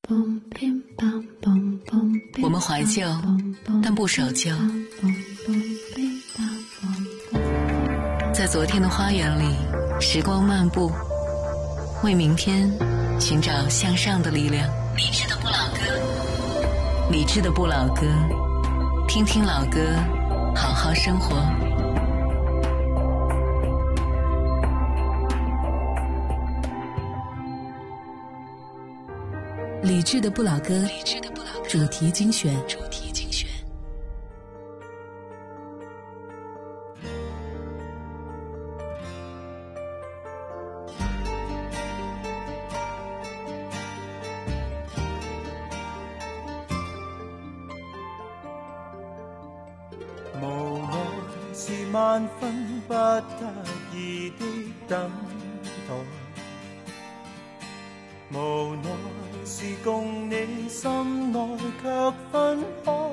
我们怀旧，但不守旧。在昨天的花园里，时光漫步，为明天寻找向上的力量。理智的不老歌，理智的不老歌，听听老歌，好好生活。理智的不老歌，主题精选。 無奈是萬分不得已的等待，無奈是共你心內卻分開，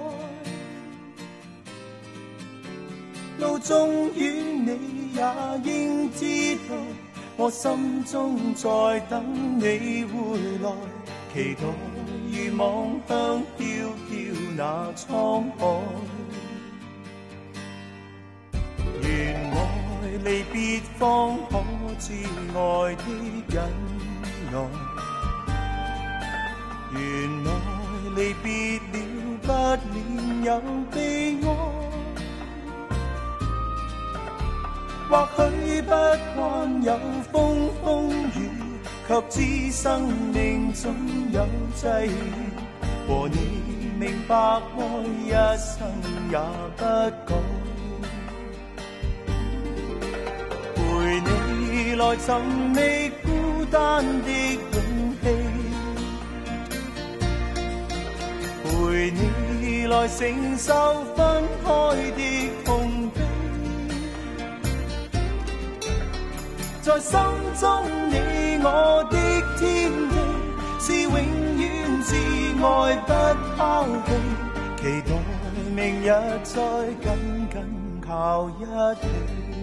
路終於你也應知道，我心中在等你回來，期待如望向飄飄那滄海。原來離別方可知愛的忍耐，原來離別了不免有悲哀，或許不慣有風風雨，卻知生命總有際遇，和你明白愛一生也不改，陪你來尋覓孤單的勇氣，陪你來承受分開的痛悲，在心中你我的天地，是永遠自愛不拋棄，期待明日再緊緊靠一起。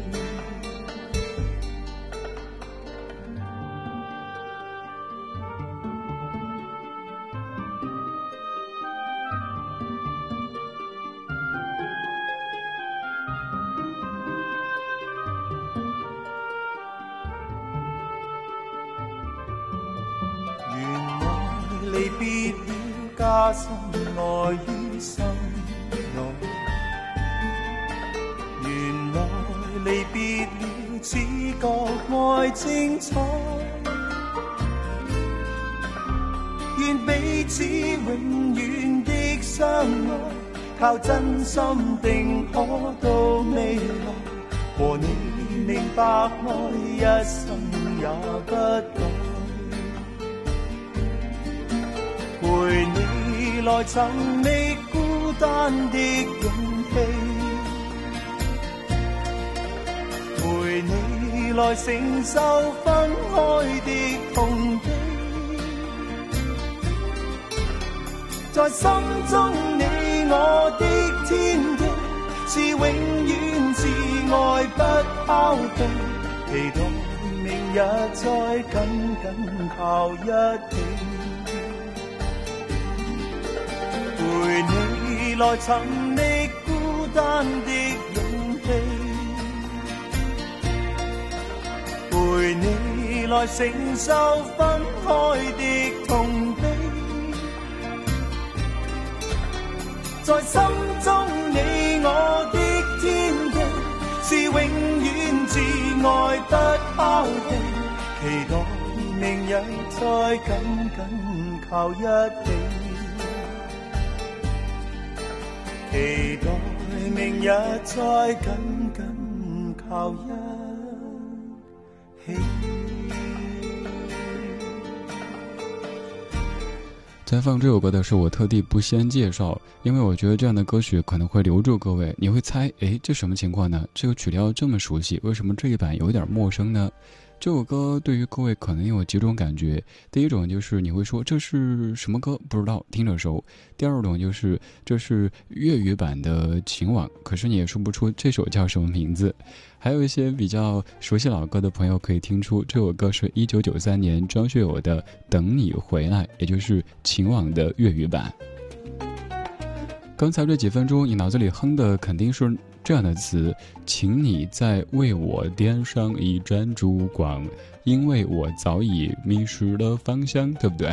離別了，加深愛於心內。原來離別了，只覺愛精彩。願彼此永遠的相愛，靠真心定可到未來。和你明白愛一生也不改。陪你來尋覓孤單的勇氣，陪你來承受分開的痛悲，在心中你我的天地，是永遠自愛不拋棄，期待明日再緊緊靠一起。陪你來尋覓孤單的勇氣，陪你來承受分開的痛悲，在心中你我的天地，是永遠自愛不拋棄，期待明日再緊緊靠一起。期待明日再緊緊靠一起。 在放这首歌的时候，我特地不先介绍，因为我觉得这样的歌曲可能会留住各位。你会猜，这什么情况呢？这个曲调这么熟悉，为什么这一版有点陌生呢？ 这首歌对于各位可能有几种感觉，第一种就是你会说这是什么歌，不知道，听着熟；第二种就是这是粤语版的情网，可是你也说不出这首叫什么名字。还有一些比较熟悉老歌的朋友可以听出，这首歌是1993年张学友的《等你回来》，也就是情网的粤语版。刚才这几分钟你脑子里哼的肯定是这样的词，请你再为我点上一盏烛光，因为我早已迷失了方向，对不对？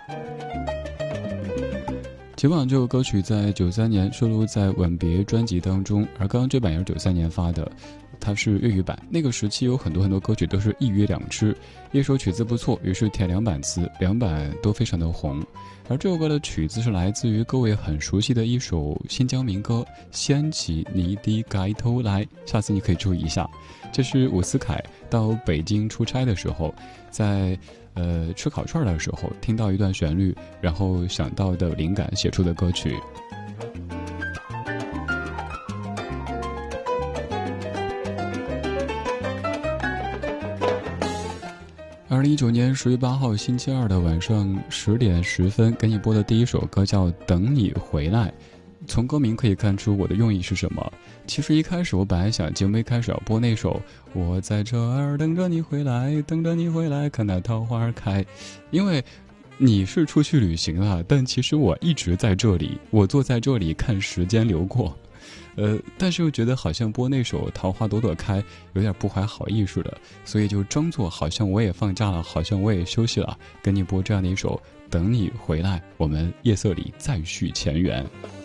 情网这首歌曲在93年收录在吻别专辑当中，而刚刚这版也是93年发的，它是粤语版。那个时期有很多歌曲都是一鱼两吃，一首曲子不错，于是填2版词，2版都非常的红。而这首歌的曲子是来自于各位很熟悉的一首新疆民歌《掀起你的盖头来》，下次你可以注意一下。这是伍思凯到北京出差的时候，在吃烤串的时候听到一段旋律，然后想到的灵感写出的歌曲。2019年10月8号星期二的晚上10点10分，给你播的第一首歌叫《等你回来》。从歌名可以看出我的用意是什么。其实一开始我本来想节目一开始要播那首我在这儿等着你回来，等着你回来，看那桃花开，因为你是出去旅行了，但其实我一直在这里，我坐在这里看时间流过。但是又觉得好像播那首桃花朵朵开有点不怀好意似的，所以就装作好像我也放假了，好像我也休息了，跟你播这样的一首等你回来，我们夜色里再续前缘。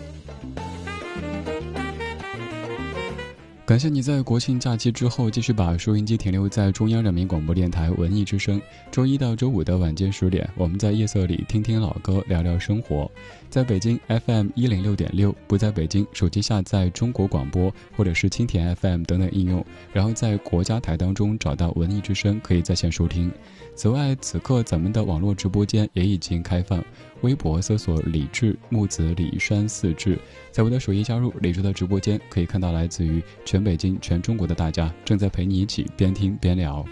感谢你在国庆假期之后继续把收音机停留在中央人民广播电台文艺之声。周一到周五的晚间10点，我们在夜色里听听老歌，聊聊生活。在北京 FM 106.6，不在北京，手机下载中国广播或者是蜻蜓 FM 等等应用，然后在国家台当中找到文艺之声，可以在线收听。此外，此刻咱们的网络直播间也已经开放，微博搜索李志木子李山四志，在我的首页加入李志的直播间，可以看到来自于全北京全中国的大家正在陪你一起边听边聊。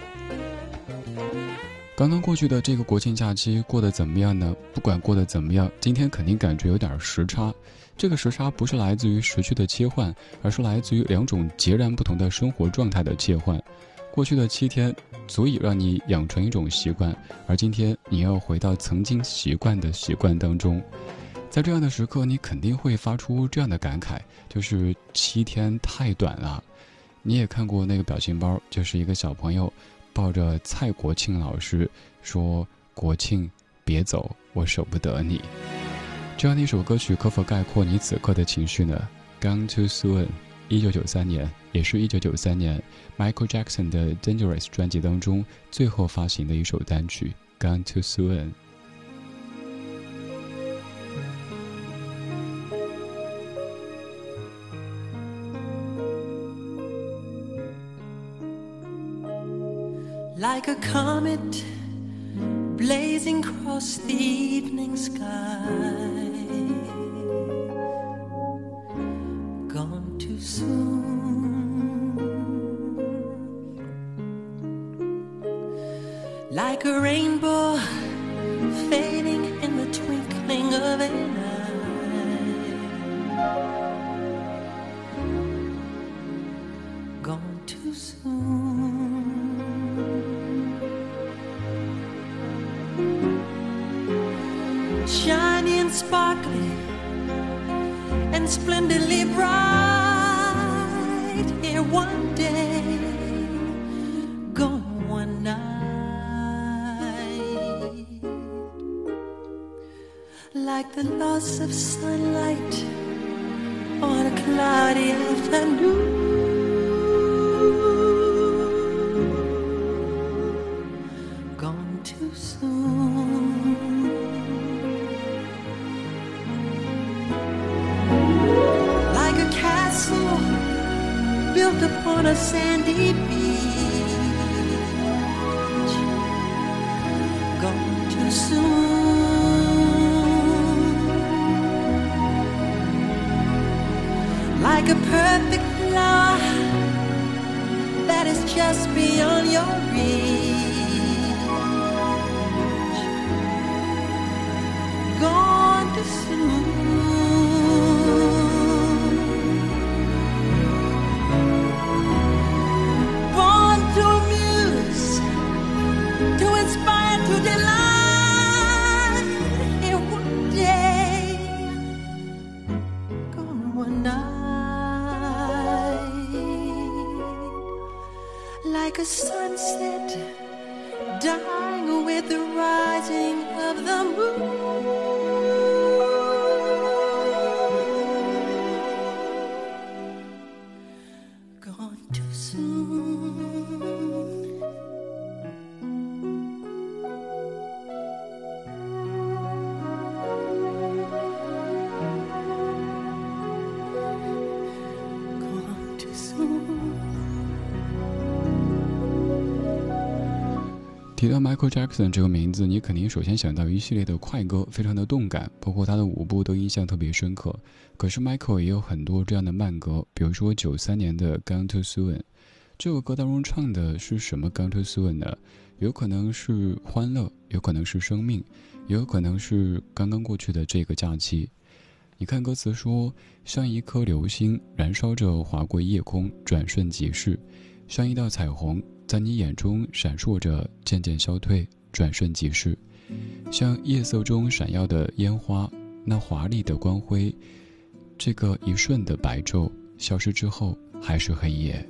刚刚过去的这个国庆假期过得怎么样呢？不管过得怎么样，今天肯定感觉有点时差。这个时差不是来自于时区的切换，而是来自于2种截然不同的生活状态的切换。过去的7天足以让你养成一种习惯，而今天你要回到曾经习惯的习惯当中。在这样的时刻，你肯定会发出这样的感慨，就是7天太短了。你也看过那个表情包，就是一个小朋友抱着蔡国庆老师说：“国庆别走，我舍不得你。”这样的一首歌曲可否概括你此刻的情绪呢？ Gone Too Soon， 1993年，也是1993年 Michael Jackson 的 Dangerous 专辑当中最后发行的一首单曲 Gone Too Soon。 Like a comet blazing across the evening sky, gone too soon. Like a rainbow fading in the twinkling of an eye, gone too soon. Shiny and sparkling and splendidly bright, here one day, gone one night. Like the loss of sunlight on a cloudy afternoon, gone too soon. Built upon a sandy beach, gone too soon. Like a perfect flower that is just beyond your reach. Gone too soon. Born to amuse, to inspire, to delight. Here one day, gone one night. Like a sunset, dying with the rising of the moon. Gone too soon. Gone too soon. 提到 Michael Jackson 这个名字，你肯定首先想到一系列的快歌，非常的动感，包括他的舞步都印象特别深刻。可是 Michael 也有很多这样的慢歌，比如说93年的 Gone Too Soon。这首歌当中唱的是什么 Gone Too Soon 呢？有可能是欢乐，有可能是生命，也有可能是刚刚过去的这个假期。你看歌词说，像一颗流星燃烧着划过夜空，转瞬即逝，像一道彩虹在你眼中闪烁着，渐渐消退，转瞬即逝，像夜色中闪耀的烟花，那华丽的光辉，这个一瞬的白昼消失之后还是黑夜。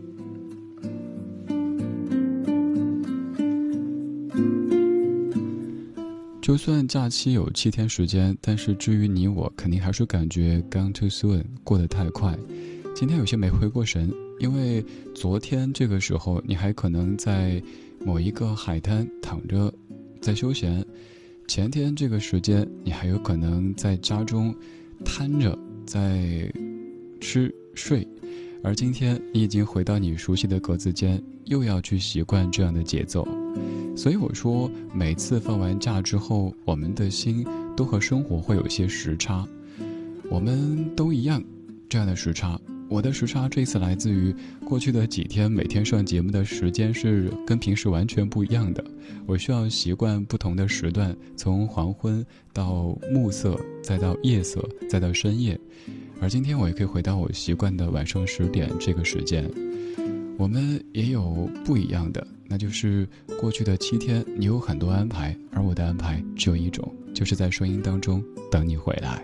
就算假期有7天时间，但是至于你我，肯定还是感觉 gone too soon， 过得太快。今天有些没回过神，因为昨天这个时候你还可能在某一个海滩躺着在休闲，前天这个时间你还有可能在家中瘫着在吃睡，而今天你已经回到你熟悉的格子间，又要去习惯这样的节奏。所以我说，每次放完假之后，我们的心都和生活会有些时差，我们都一样这样的时差。我的时差这次来自于过去的几天，每天上节目的时间是跟平时完全不一样的，我需要习惯不同的时段，从黄昏到暮色，再到夜色，再到深夜，而今天我也可以回到我习惯的晚上10点这个时间。我们也有不一样的，那就是过去的7天你有很多安排，而我的安排只有一种，就是在声音当中等你回来。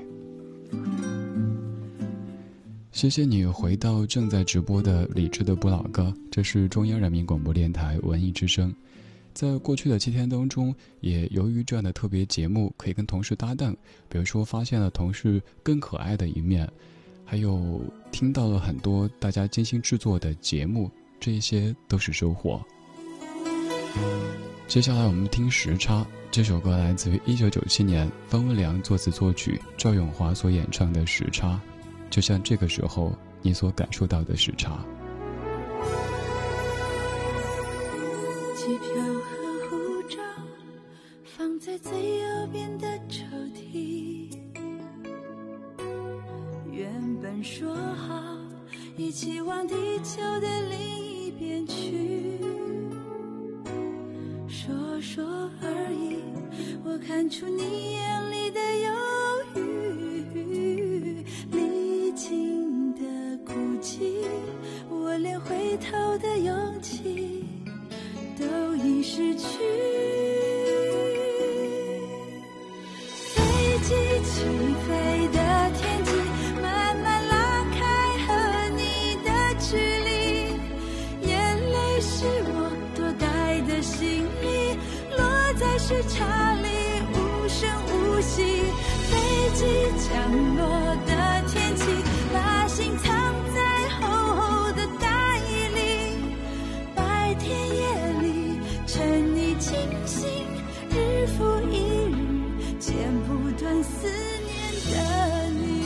谢谢你回到正在直播的理智的不老歌，这是中央人民广播电台文艺之声。在过去的7天当中，也由于这样的特别节目可以跟同事搭档，比如说发现了同事更可爱的一面，还有听到了很多大家精心制作的节目，这些都是收获。接下来我们听时差，这首歌来自于1997年方文良作词作曲，赵咏华所演唱的时差，就像这个时候你所感受到的时差。 机票和护照放在最右边的抽屉，原本说好一起往地球的另一边去，说说而已，我看出你眼里的犹豫，历经的孤寂，我连回头的勇气都已失去。飞机起飞的天际，慢慢拉开和你的距离，眼泪是我多带的行李，落在时差里无声无息。飞机降落的天气，把心藏在厚厚的大衣里，白天夜里趁你清醒，日复一日，剪不断思念的你。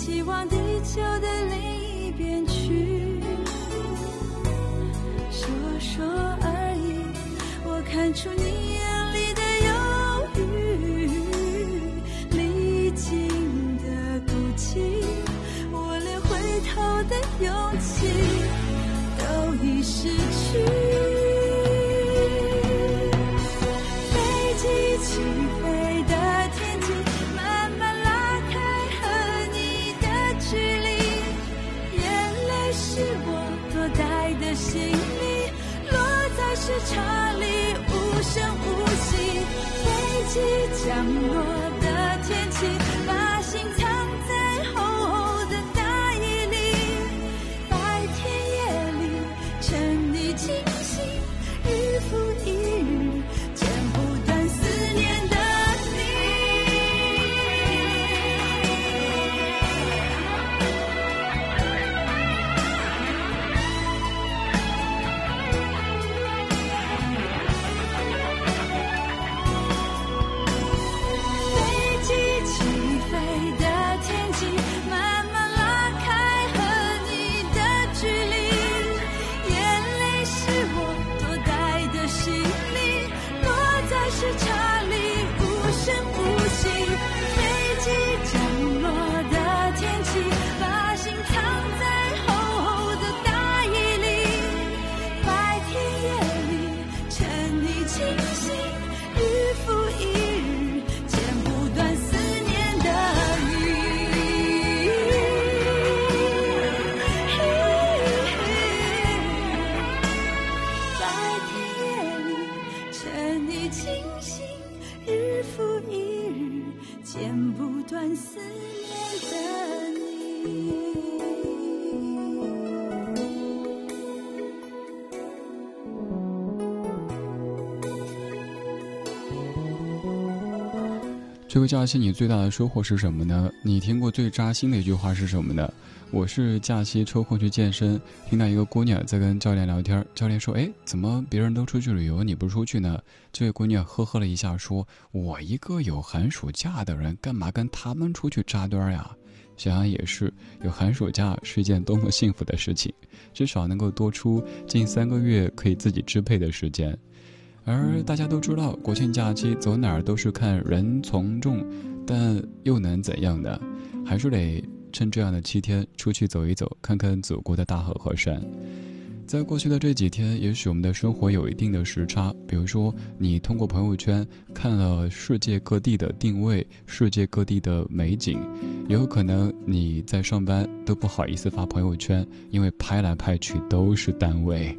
希望地球的另一边去。说说而已，我看出你眼里的忧郁，历经的孤寂，我连回头的勇气都已失去。飞机起飞的天际，慢慢拉开和你的距离，眼泪是我多带的行李，落在时差里无声无息。飞机降落的天气，把心藏在厚厚的大衣里，白天夜里趁你清醒，日复一日，剪不断思念的你。飞机起飞的天际，慢慢拉开和你的距离，眼泪是我多带的行李，落在时差里无声无息。飞机降落的天气，把心藏在厚厚的大衣里，白天夜里趁你清醒，日复一日，剪不断思念的雨。白天夜里趁你清醒，日复一日，剪不断思念的你。 这个假期你最大的收获是什么呢？你听过最扎心的一句话是什么呢？我是假期抽空去健身，听到一个姑娘在跟教练聊天，教练说：“哎，怎么别人都出去旅游，你不出去呢？”这位姑娘呵呵了一下，说：“我一个有寒暑假的人，干嘛跟他们出去扎堆呀？”想想也是，有寒暑假是一件多么幸福的事情，至少能够多出近3个月可以自己支配的时间。而大家都知道，国庆假期走哪儿都是看人从众，但又能怎样呢？还是得趁这样的7天出去走一走，看看祖国的大河和山。在过去的这几天，也许我们的生活有一定的时差，比如说你通过朋友圈看了世界各地的定位，世界各地的美景，也有可能你在上班都不好意思发朋友圈，因为拍来拍去都是单位。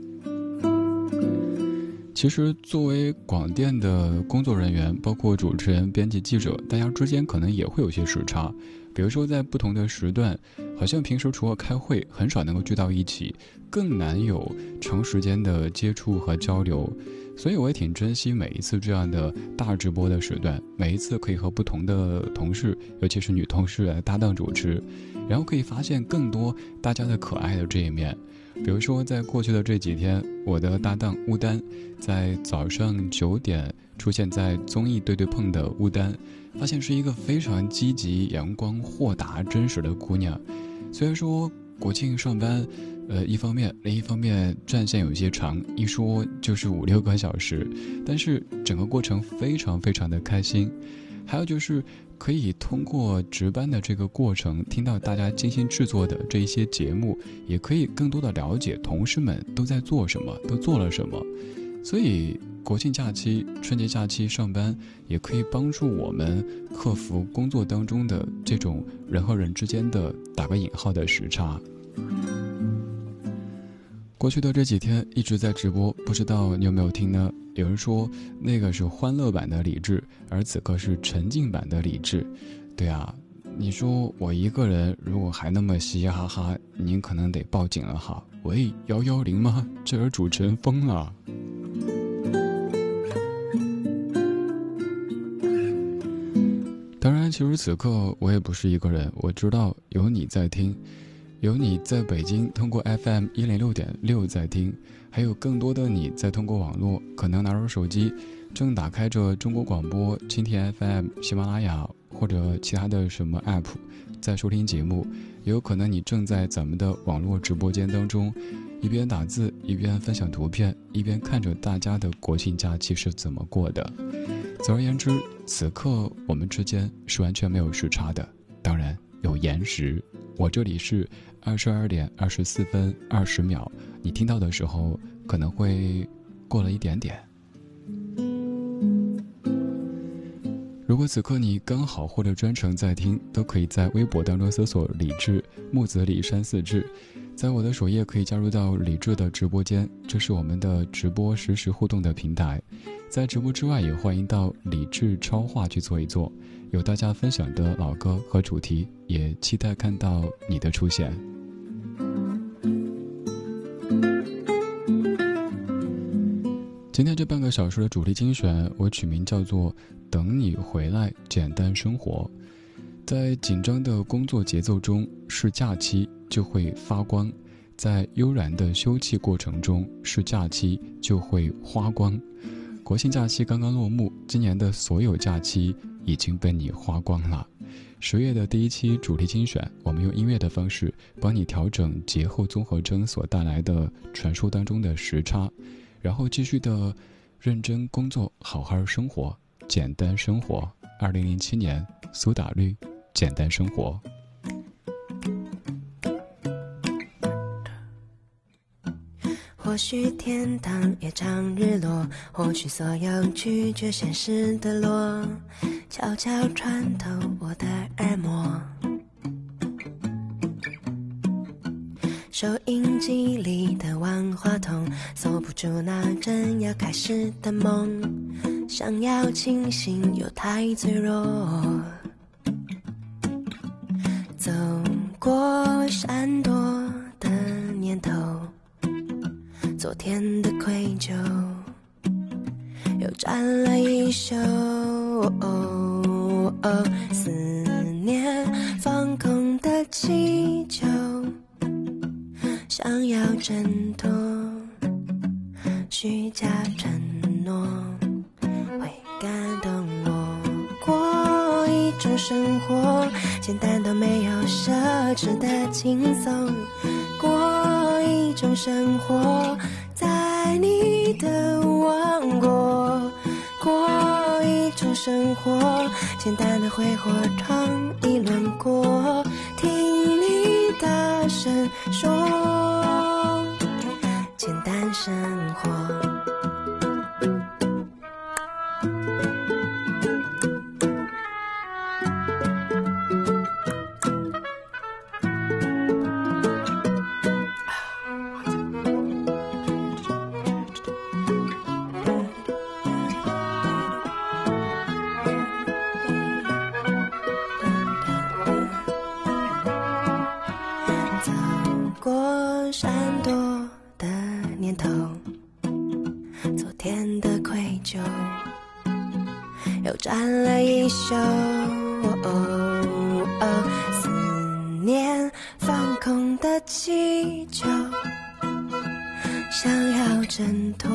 其实作为广电的工作人员，包括主持人、编辑、记者，大家之间可能也会有些时差。比如说在不同的时段，好像平时除了开会很少能够聚到一起，更难有长时间的接触和交流。所以我也挺珍惜每一次这样的大直播的时段，每一次可以和不同的同事，尤其是女同事来搭档主持，然后可以发现更多大家的可爱的这一面。比如说在过去的这几天，我的搭档乌丹在早上9点出现在综艺对对碰的乌丹，发现是一个非常积极、阳光、豁达、真实的姑娘。虽然说国庆上班一方面，另一方面战线有些长，一说就是5-6个小时，但是整个过程非常非常的开心。还有就是可以通过值班的这个过程，听到大家精心制作的这一些节目，也可以更多的了解同事们都在做什么，都做了什么。所以国庆假期、春节假期上班，也可以帮助我们克服工作当中的这种人和人之间的打个引号的时差。过去的这几天一直在直播，不知道你有没有听呢？有人说那个是欢乐版的理智，而此刻是沉浸版的理智。对啊，你说我一个人如果还那么嘻嘻哈哈，您可能得报警了哈。喂，110吗？这儿主持人疯了。当然，其实此刻我也不是一个人，我知道有你在听，有你在北京通过 FM 106.6在听，还有更多的你在通过网络，可能拿着手机正打开着中国广播、蜻蜓 FM、喜马拉雅、 或者其他的什么 app 在收听节目，也有可能你正在咱们的网络直播间当中，一边打字一边分享图片，一边看着大家的国庆假期是怎么过的。总而言之，此刻我们之间是完全没有时差的，当然有延时。我这里是22点24分20秒，你听到的时候可能会过了一点点。如果此刻你刚好或者专程在听，都可以在微博当中搜索李志，木子李山四志，在我的首页可以加入到李志的直播间，这是我们的直播实时互动的平台。在直播之外，也欢迎到李志超话去做一做，有大家分享的老歌和主题，也期待看到你的出现。今天这半个小时的主题精选，我取名叫做等你回来，简单生活。在紧张的工作节奏中，是假期就会发光；在悠然的休憩过程中，是假期就会花光。国庆假期刚刚落幕，今年的所有假期已经被你花光了。10月的第一期主题精选，我们用音乐的方式帮你调整节后综合征所带来的传说当中的时差，然后继续的认真工作，好好生活，简单生活。2007年苏打绿，简单生活。 或许天堂也常日落，或许所有拒绝现实的落，悄悄穿透我的耳膜。收音机里的万花筒，锁不住那正要开始的梦，想要清醒又太脆弱。走过闪躲的念头，昨天的愧疚又站了一宿，思念放空的气球，想要挣脱虚假承诺，会感动我。过一种生活，简单到没有奢侈的轻松，过一种生活，在你的王国，过一种生活，简单的挥霍闯一轮过，听你大声说，简单生活。又站了一宿，思念放空的气球，想要挣脱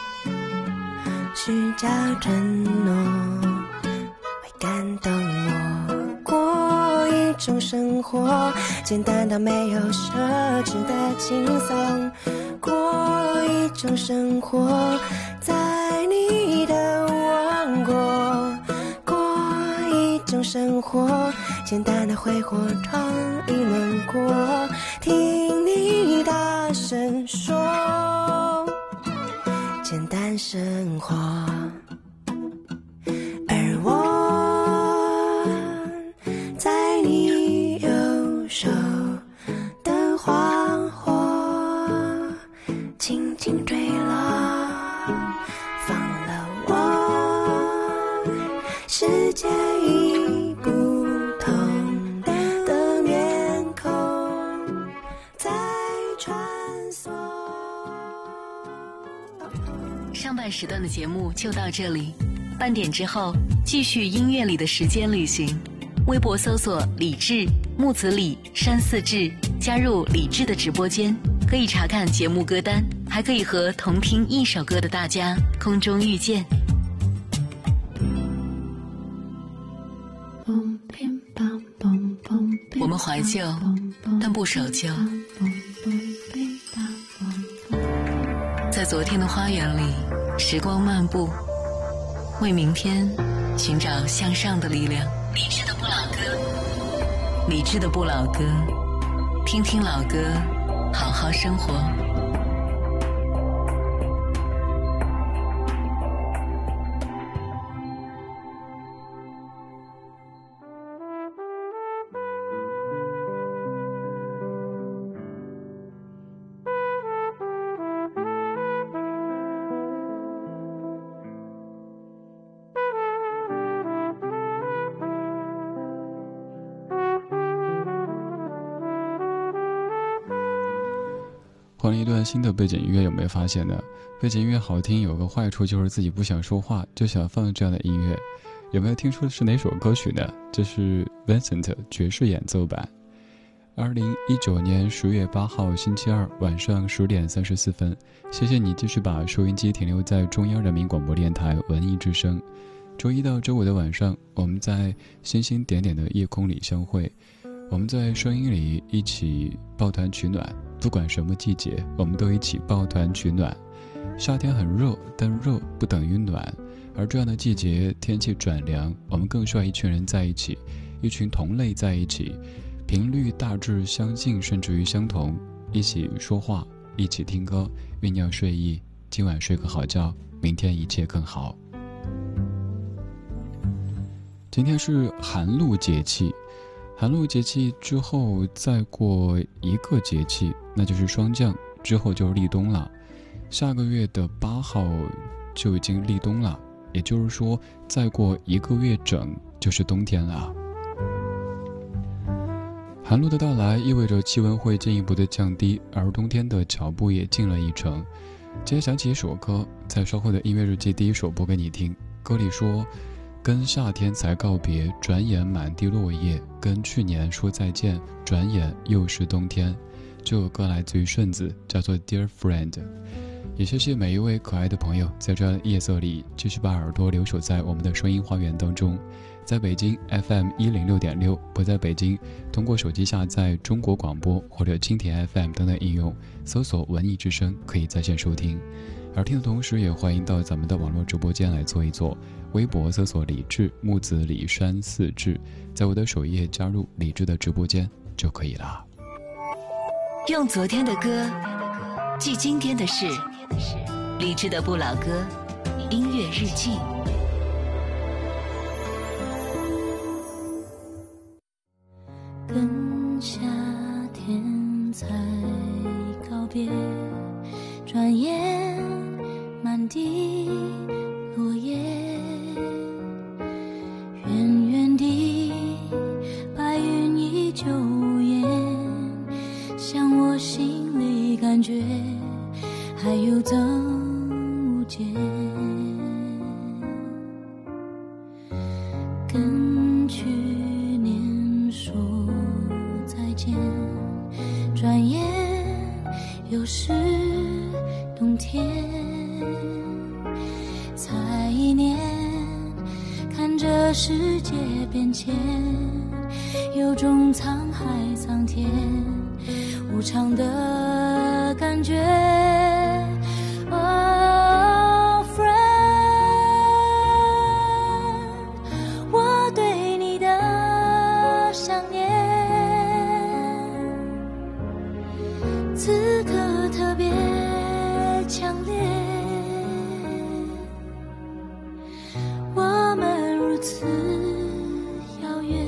虚假承诺，会感动我。过一种生活，简单到没有奢侈的轻松，过一种生活，在你的王国，过一种生活，简单的挥霍闯一轮过，听你大声说，简单生活。而我在你右手的花火轻轻坠落，放了我世界已不同的面孔在穿梭。 上半时段的节目就到这里，半点之后继续音乐里的时间旅行。微博搜索李志，木子李，山寺志，加入李志的直播间，可以查看节目歌单，还可以和同听一首歌的大家空中遇见。 我们怀旧，但不守旧。在昨天的花园里，时光漫步，为明天寻找向上的力量。理智的不老歌，理智的不老歌，听听老歌，好好生活。 换了一段新的背景音乐，有没有发现呢？背景音乐好听有个坏处，就是自己不想说话，就想放这样的音乐。有没有听说是哪首歌曲呢？这是 Vincent 爵士演奏版。2019年10月8号星期二晚上10点34分，谢谢你继续把收音机停留在中央人民广播电台文艺之声。周一到周五的晚上，我们在星星点点的夜空里相会，我们在声音里一起抱团取暖。不管什么季节，我们都一起抱团取暖。夏天很热，但热不等于暖，而这样的季节天气转凉，我们更需要一群人在一起，一群同类在一起，频率大致相近甚至于相同，一起说话，一起听歌，酝酿睡意，今晚睡个好觉，明天一切更好。今天是寒露节气，寒露节气之后再过一个节气，那就是霜降，之后就是立冬了。下个月的8号就已经立冬了，也就是说再过1个月整就是冬天了。寒露的到来意味着气温会进一步的降低，而冬天的脚步也近了一程。今天想起一首歌，在稍后的音乐日记第一首播给你听。歌里说，跟夏天才告别，转眼满地落叶，跟去年说再见，转眼又是冬天。这首歌来自于顺子，叫做 Dear Friend。 也谢谢每一位可爱的朋友在这夜色里继续把耳朵留守在我们的声音花园当中。在北京 FM 106.6，不在北京，通过手机下载中国广播或者蜻蜓 FM 等等应用，搜索文艺之声可以在线收听。而听的同时也欢迎到咱们的网络直播间来坐一坐，微博搜索李志，木子李山四志，在我的首页加入李志的直播间就可以了。 用昨天的歌记今天的事，理智的不老歌，音乐日记。 跟夏天才告别，转眼满地落叶，远远地白云依旧无言，像我心里感觉还有增无减。跟去年说再见，转眼又是冬天。才一年，看着世界变迁，有种沧海桑田无常的感觉。Oh friend， 我对你的想念，此刻特别强烈。我们如此遥远。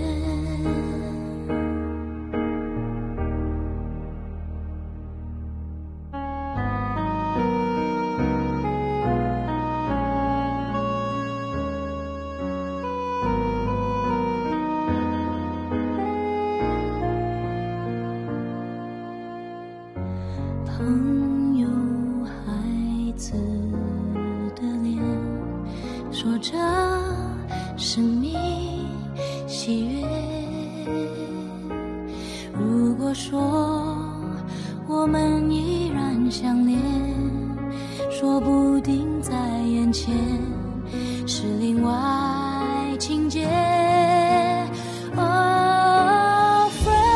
朋友孩子的脸，说着生命喜悦。如果说我们依然相恋，说不定在眼前是另外情节。Oh friend，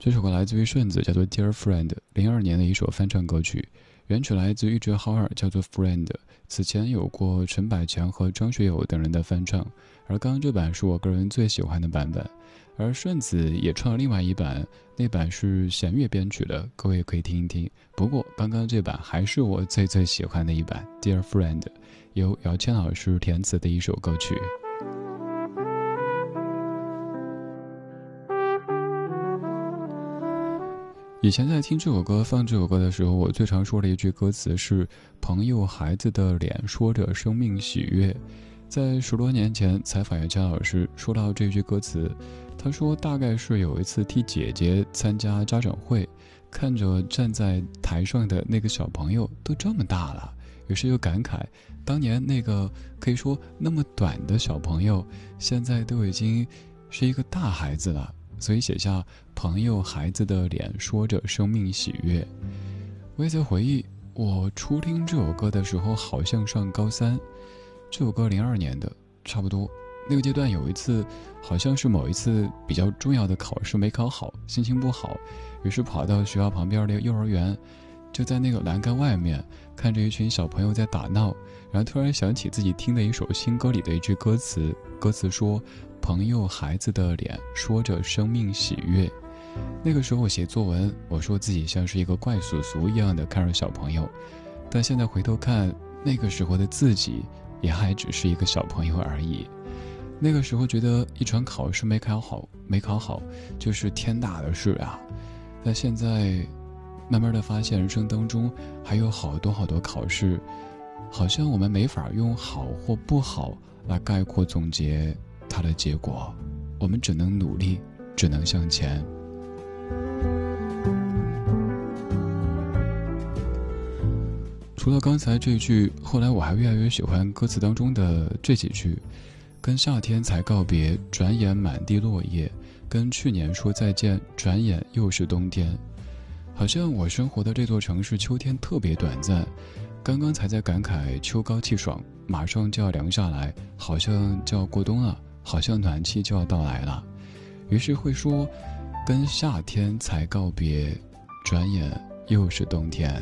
这首歌来自于顺子，叫做 Dear Friend， 02年的一首翻唱歌曲，原曲来自于哲豪尔，叫做 Friend， 此前有过陈百强和张学友等人的翻唱，而刚刚这版是我个人最喜欢的版本，而顺子也唱了另外一版，那版是弦乐编曲的，各位可以听一听。不过刚刚这版还是我最喜欢的一版 Dear Friend， 由姚谦老师填词的一首歌曲。以前在听这首歌放这首歌的时候，我最常说的一句歌词是朋友孩子的脸说着生命喜悦。在10多年前采访姚谦老师，说到这句歌词，他说大概是有一次替姐姐参加家长会，看着站在台上的那个小朋友都这么大了，于是就感慨当年那个可以说那么短的小朋友，现在都已经是一个大孩子了，所以写下朋友孩子的脸说着生命喜悦。我也在回忆我初听这首歌的时候，好像上高3，这首歌02年的，差不多那个阶段有一次，好像是某一次比较重要的考试没考好，心情不好，于是跑到学校旁边的幼儿园，就在那个栏杆外面看着一群小朋友在打闹，然后突然想起自己听的一首新歌里的一句歌词，歌词说朋友孩子的脸说着生命喜悦。那个时候我写作文，我说自己像是一个怪叔叔一样的看着小朋友，但现在回头看，那个时候的自己也还只是一个小朋友而已。那个时候觉得一场考试没考好就是天大的事啊，但现在慢慢的发现人生当中还有好多考试，好像我们没法用好或不好来概括总结它的结果，我们只能努力，只能向前。除了刚才这句，后来我还越来越喜欢歌词当中的这几句，跟夏天才告别，转眼满地落叶，跟去年说再见，转眼又是冬天。好像我生活的这座城市秋天特别短暂，刚刚才在感慨秋高气爽，马上就要凉下来，好像就要过冬了，好像暖气就要到来了，于是会说跟夏天才告别，转眼又是冬天。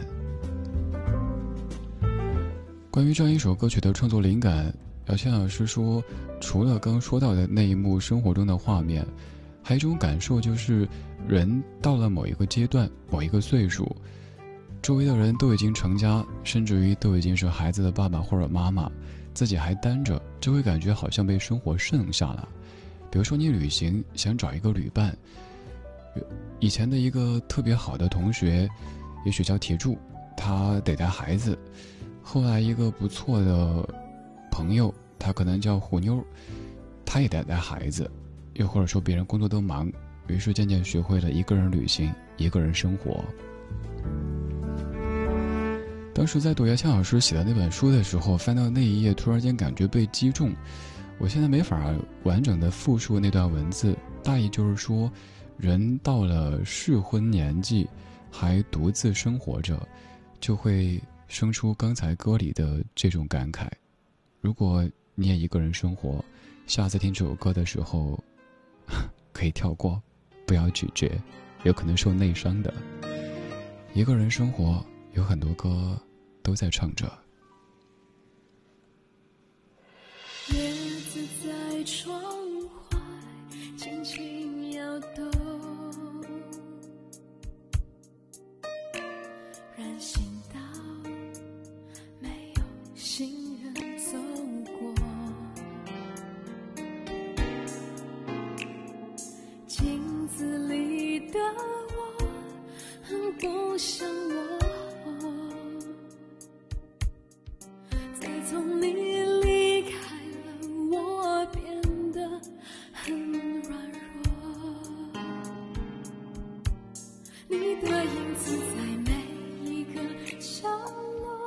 关于这样一首歌曲的创作灵感，姚谦老师说，除了刚说到的那一幕生活中的画面，还有一种感受，就是人到了某一个阶段，某一个岁数，周围的人都已经成家，甚至于都已经是孩子的爸爸或者妈妈，自己还单着，就会感觉好像被生活剩下了。比如说你旅行想找一个旅伴，以前的一个特别好的同学，也许叫铁柱，他得带孩子，后来一个不错的朋友，他可能叫虎妞，他也得带孩子，又或者说别人工作都忙，于是渐渐学会了一个人旅行，一个人生活。当时在读姚谦老师写的那本书的时候，翻到那一页，突然间感觉被击中。我现在没法完整的复述那段文字，大意就是说，人到了适婚年纪，还独自生活着，就会生出刚才歌里的这种感慨。如果你也一个人生活，下次听这首歌的时候可以跳过，不要咀嚼，有可能受内伤的。一个人生活，有很多歌都在唱着。 叶子在窗外轻轻摇动，人行道没有行人走过，镜子里的我很不像我，自从你离开了，我变得很软弱，你的影子在每一个角落，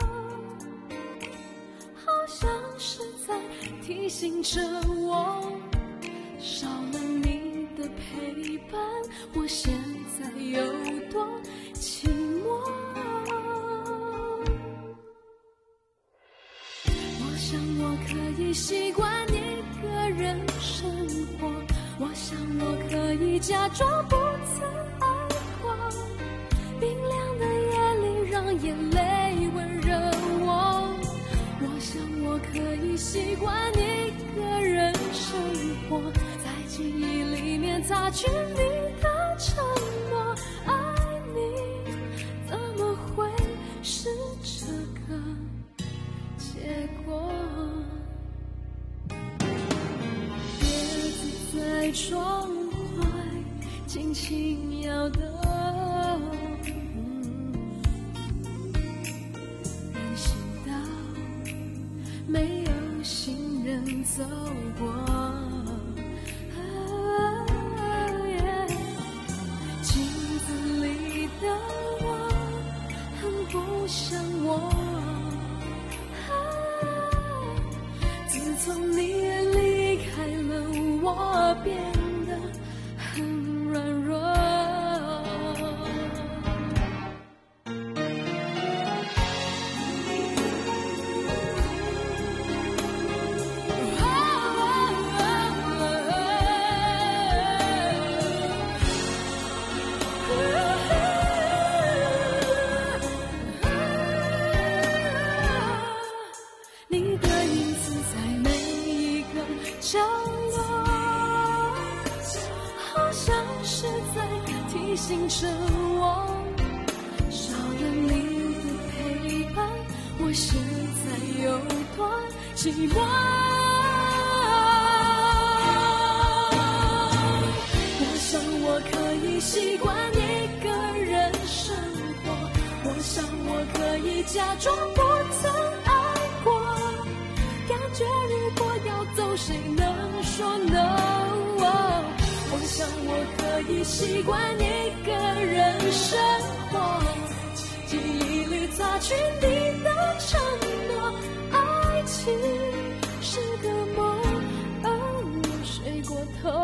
好像是在提醒着我，少了你的陪伴，我现在有多寂寞。我想我可以习惯一个人生活，我想我可以假装不曾爱可以习惯一个人生活，在记忆里面擦去你的承诺。爱你怎么会是这个结果？叶子在窗外轻轻摇动，人行道没有行人走过。镜子里的我很不像我。自从你离开了，我变得很软弱。你的影子在每一个角落，好像是在提醒着我，少了你的陪伴，我现在有多寂寞。我想我可以习惯一个人生活，我想我可以假装不曾爱过，感觉如果要走，谁能说 no？ 我想我可以习惯一个人生活，记忆里擦去你的承诺。爱情是个梦，我睡过头。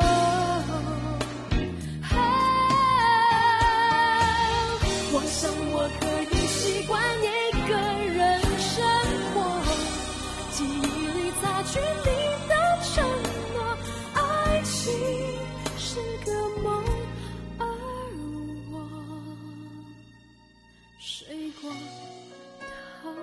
我想我可以习惯一个人生活，记忆里擦去你的承诺。爱情是个梦，而我睡过头。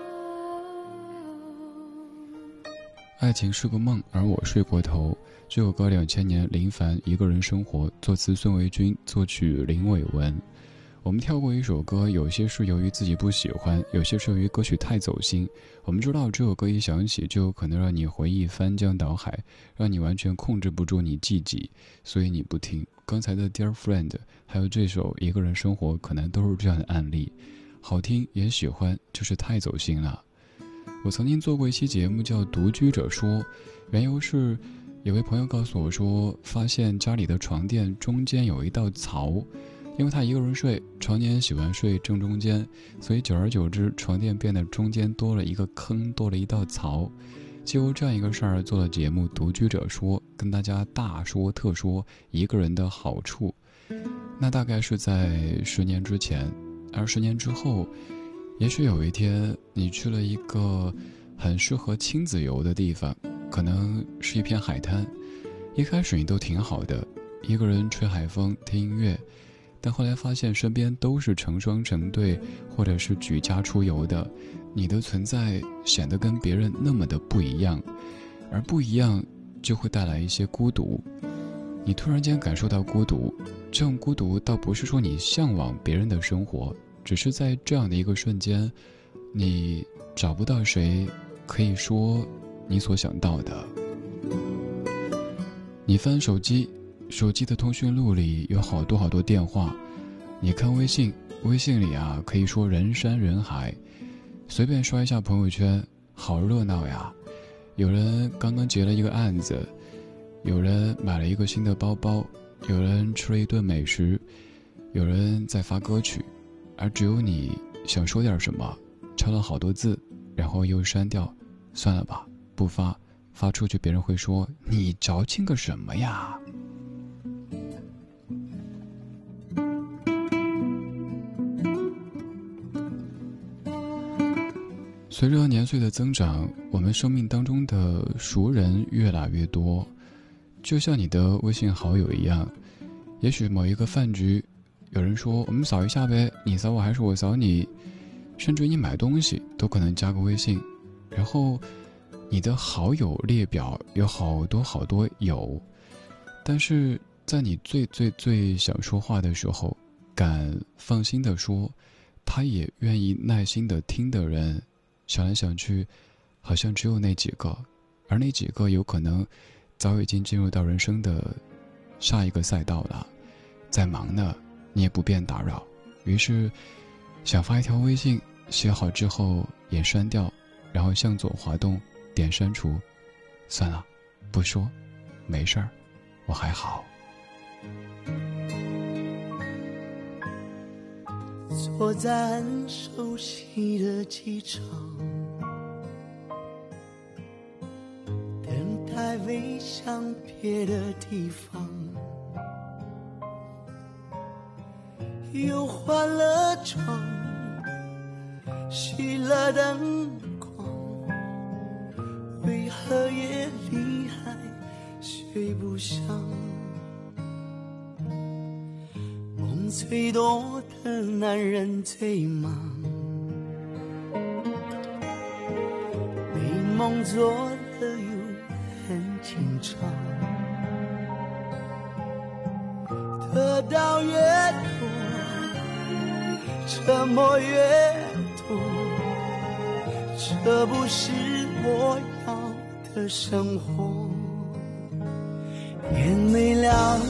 爱情是个梦，而我睡过头。这首歌2000年林凡一个人生活，作词孙维军，作曲林伟文。我们跳过一首歌，有些是由于自己不喜欢，有些是由于歌曲太走心。我们知道这首歌一响起，就有可能让你回忆翻江倒海，让你完全控制不住你自己，所以你不听。刚才的 Dear Friend 还有这首一个人生活，可能都是这样的案例。好听也喜欢，就是太走心了。我曾经做过一期节目叫独居者说，缘由是有位朋友告诉我说，发现家里的床垫中间有一道槽，因为他一个人睡，床垫喜欢睡正中间，所以久而久之，床垫变得中间多了一个坑，多了一道槽。就这样一个事儿做了节目《独居者说》，跟大家大说特说一个人的好处。那大概是在10年之前，而10年之后，也许有一天你去了一个很适合亲子游的地方，可能是一片海滩。一开始你都挺好的，一个人吹海风听音乐，但后来发现身边都是成双成对或者是举家出游的，你的存在显得跟别人那么的不一样，而不一样就会带来一些孤独。你突然间感受到孤独，这种孤独倒不是说你向往别人的生活，只是在这样的一个瞬间，你找不到谁可以说你所想到的。你翻手机，手机的通讯录里有好多电话，你看微信，微信里啊可以说人山人海，随便刷一下朋友圈，好热闹呀。有人刚刚结了一个案子，有人买了一个新的包包，有人吃了一顿美食，有人在发歌曲，而只有你想说点什么，抄了好多字，然后又删掉，算了吧，不发，发出去别人会说你矫情个什么呀。随着年岁的增长，我们生命当中的熟人越来越多，就像你的微信好友一样。也许某一个饭局，有人说我们扫一下呗，你扫我还是我扫你，甚至你买东西都可能加个微信，然后你的好友列表有好多好多友，但是在你最最最想说话的时候，敢放心的说，他也愿意耐心的听的人，想来想去，好像只有那几个，而那几个有可能早已经进入到人生的下一个赛道了，在忙呢，你也不便打扰，于是想发一条微信，写好之后也删掉，然后向左滑动，点删除，算了，不说，没事儿，我还好。 坐在很熟悉的机场，等待飞向别的地方，又换了床，熄了灯光，为何夜里还睡不香？梦最多的男人最忙，美梦做了又很紧张，得到越多，沉默越多，这不是我要的生活。天没亮，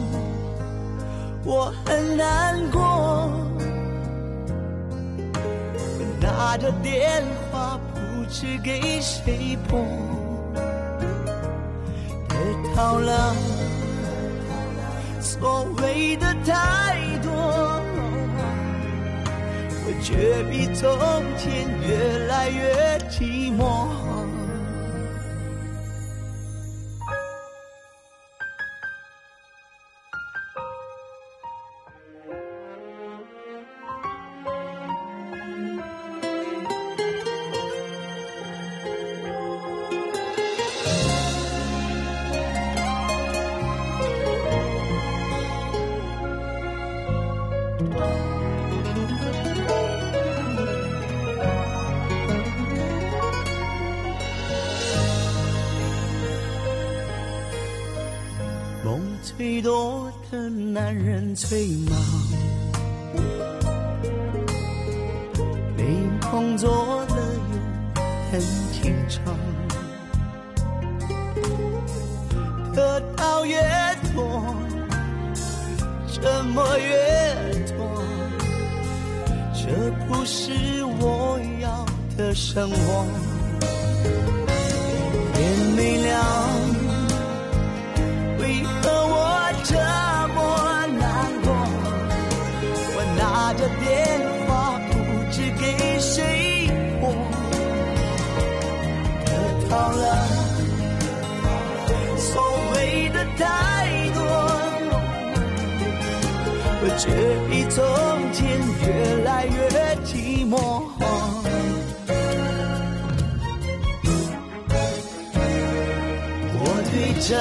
我很难过，我拿着电话不知给谁拨，得到了所谓的太多，我却比从前越来越寂寞。梦最多的男人最忙，美梦做了又很紧张，得到越多，沉默越多，这不是我要的生活。天没亮，为何我这么难过？我拿着电话不知给谁拨，得到了所谓的太多，我却比从前越来越寂寞。我对着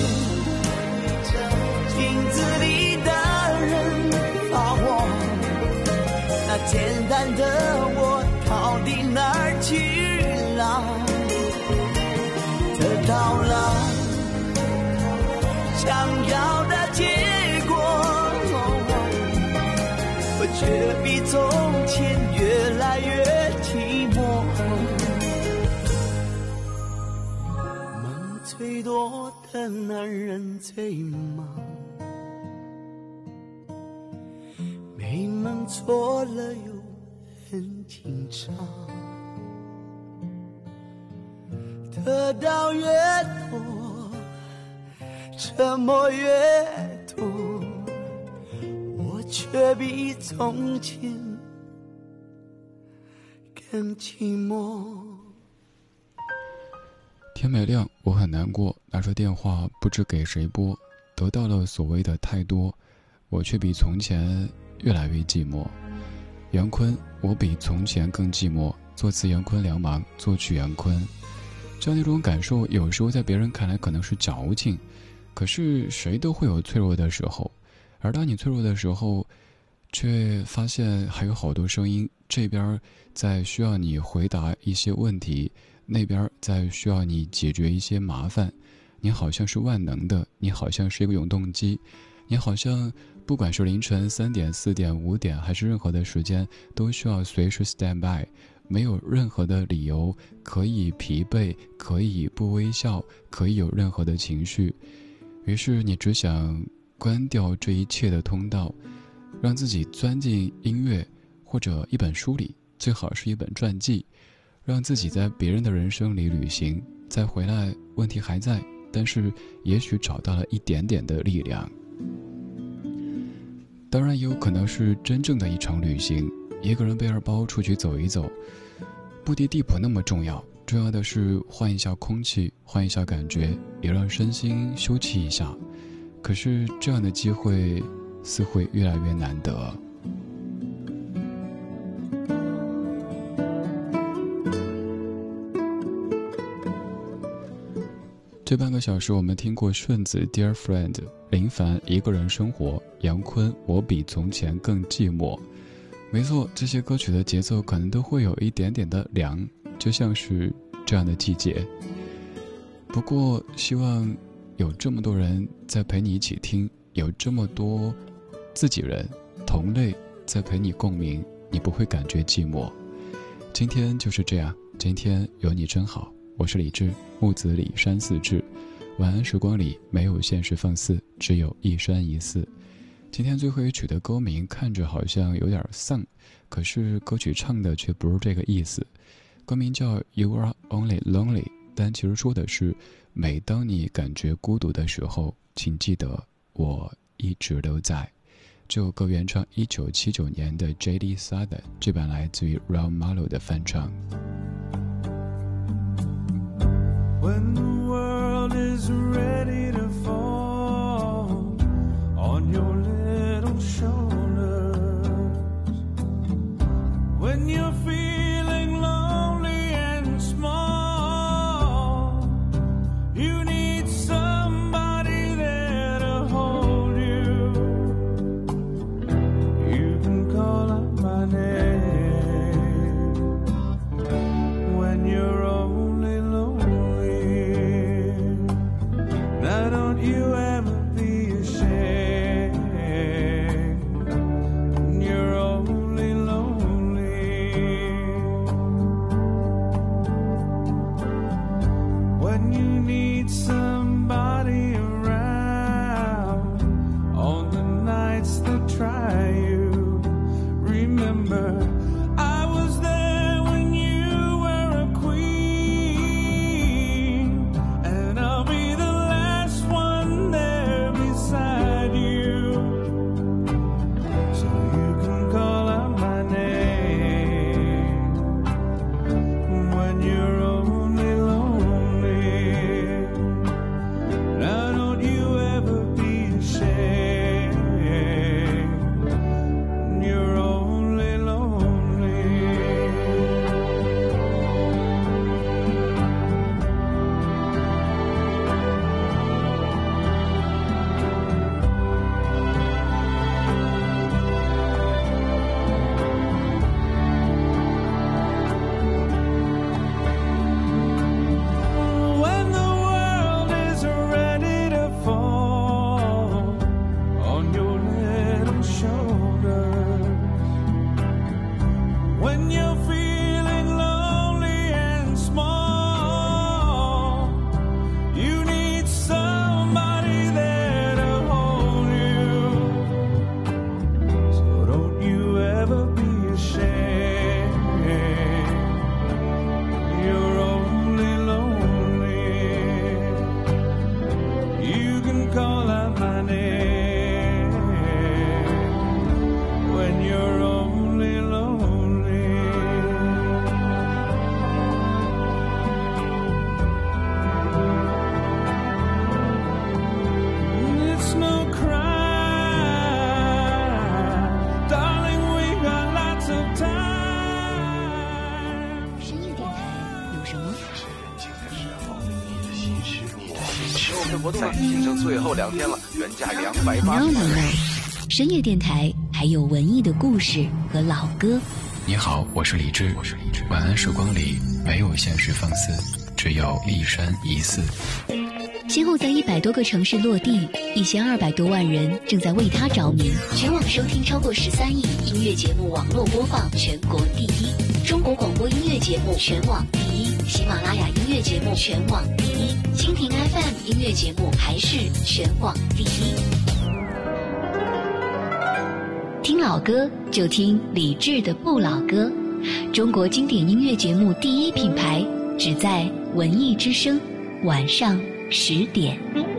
镜子里的人发火，那简单的我到底哪儿去了？得到了想要的结果，我却比从前越来越寂寞。梦最多的男人最忙，美梦错了又很紧张，得到越多，沉默越多，我却比从前更寂寞。 天没亮，我很难过，拿着电话不知给谁拨，得到了所谓的太多，我却比从前越来越寂寞。杨坤，我比从前更寂寞，作词杨坤两忙，作曲杨坤。这样一种感受，有时候在别人看来可能是矫情，可是谁都会有脆弱的时候，而当你脆弱的时候，却发现还有好多声音，这边在需要你回答一些问题， 那边在需要你解决一些麻烦，你好像是万能的，你好像是一个永动机，你好像不管是凌晨3点、4点、5点，还是任何的时间，都需要随时 stand by， 没有任何的理由可以疲惫，可以不微笑，可以有任何的情绪。于是你只想关掉这一切的通道，让自己钻进音乐或者一本书里，最好是一本传记，让自己在别人的人生里旅行，再回来问题还在，但是也许找到了一点点的力量。当然也有可能是真正的一场旅行，一个人背着包出去走一走，目的地不那么重要，重要的是换一下空气，换一下感觉，也让身心休憩一下。可是这样的机会似会越来越难得。这半个小时我们听过顺子 Dear Friend， 林凡一个人生活，杨坤我比从前更寂寞。没错，这些歌曲的节奏可能都会有一点点的凉，就像是这样的季节。不过希望有这么多人在陪你一起听，有这么多自己人同类在陪你共鸣，你不会感觉寂寞。今天就是这样，今天有你真好。我是李志，木子李山寺志。晚安时光里没有现实放肆，只有一山一寺。今天最后一曲的歌名看着好像有点丧，可是歌曲唱的却不是这个意思。歌名叫 You Are Only Lonely， 但其实说的是每当你感觉孤独的时候，请记得我一直都在。这首歌原唱1979年的 J.D. Southern， 这版来自于 Ron Marlowe 的翻唱。 When the world is ready to fall on your little shoulders, when you're feeling lonely and small, you need somebody there to hold you. You can call out my name when you're only lonely. Now don't you ever be ashamed, you're only lonely. When you need somebody around on the nights that try you, remember I was there when you were a queen, and I'll be the last one there beside you. So you can call out my name when you're only lonely. Now don't you ever be ashamed, you're only lonely. When the world is ready to fall on your little shoulders, when you're feeling lonely and small, you need somebody there to hold you. So don't you ever be ashamed, you're only lonely. You can call out my name when you're only lonely. It's no crime, darling, we got lots of time. 深夜电台有什么？ 我们的活动呢，新增最后2天了，原价280。 No， 深夜电台还有文艺的故事和老歌。 你好，我是李志。晚安时光里没有现实放肆，只有一生一世。 先后在100多个城市落地，1200多万人正在为他着迷。全网收听超过13亿，音乐节目网络播放全国第一，中国广播音乐节目全网第一，喜马拉雅音乐节目全网第一，蜻蜓 FM 音乐节目还是全网第一。听老歌就听李志的不老歌，中国经典音乐节目第一品牌，只在文艺之声，晚上10点。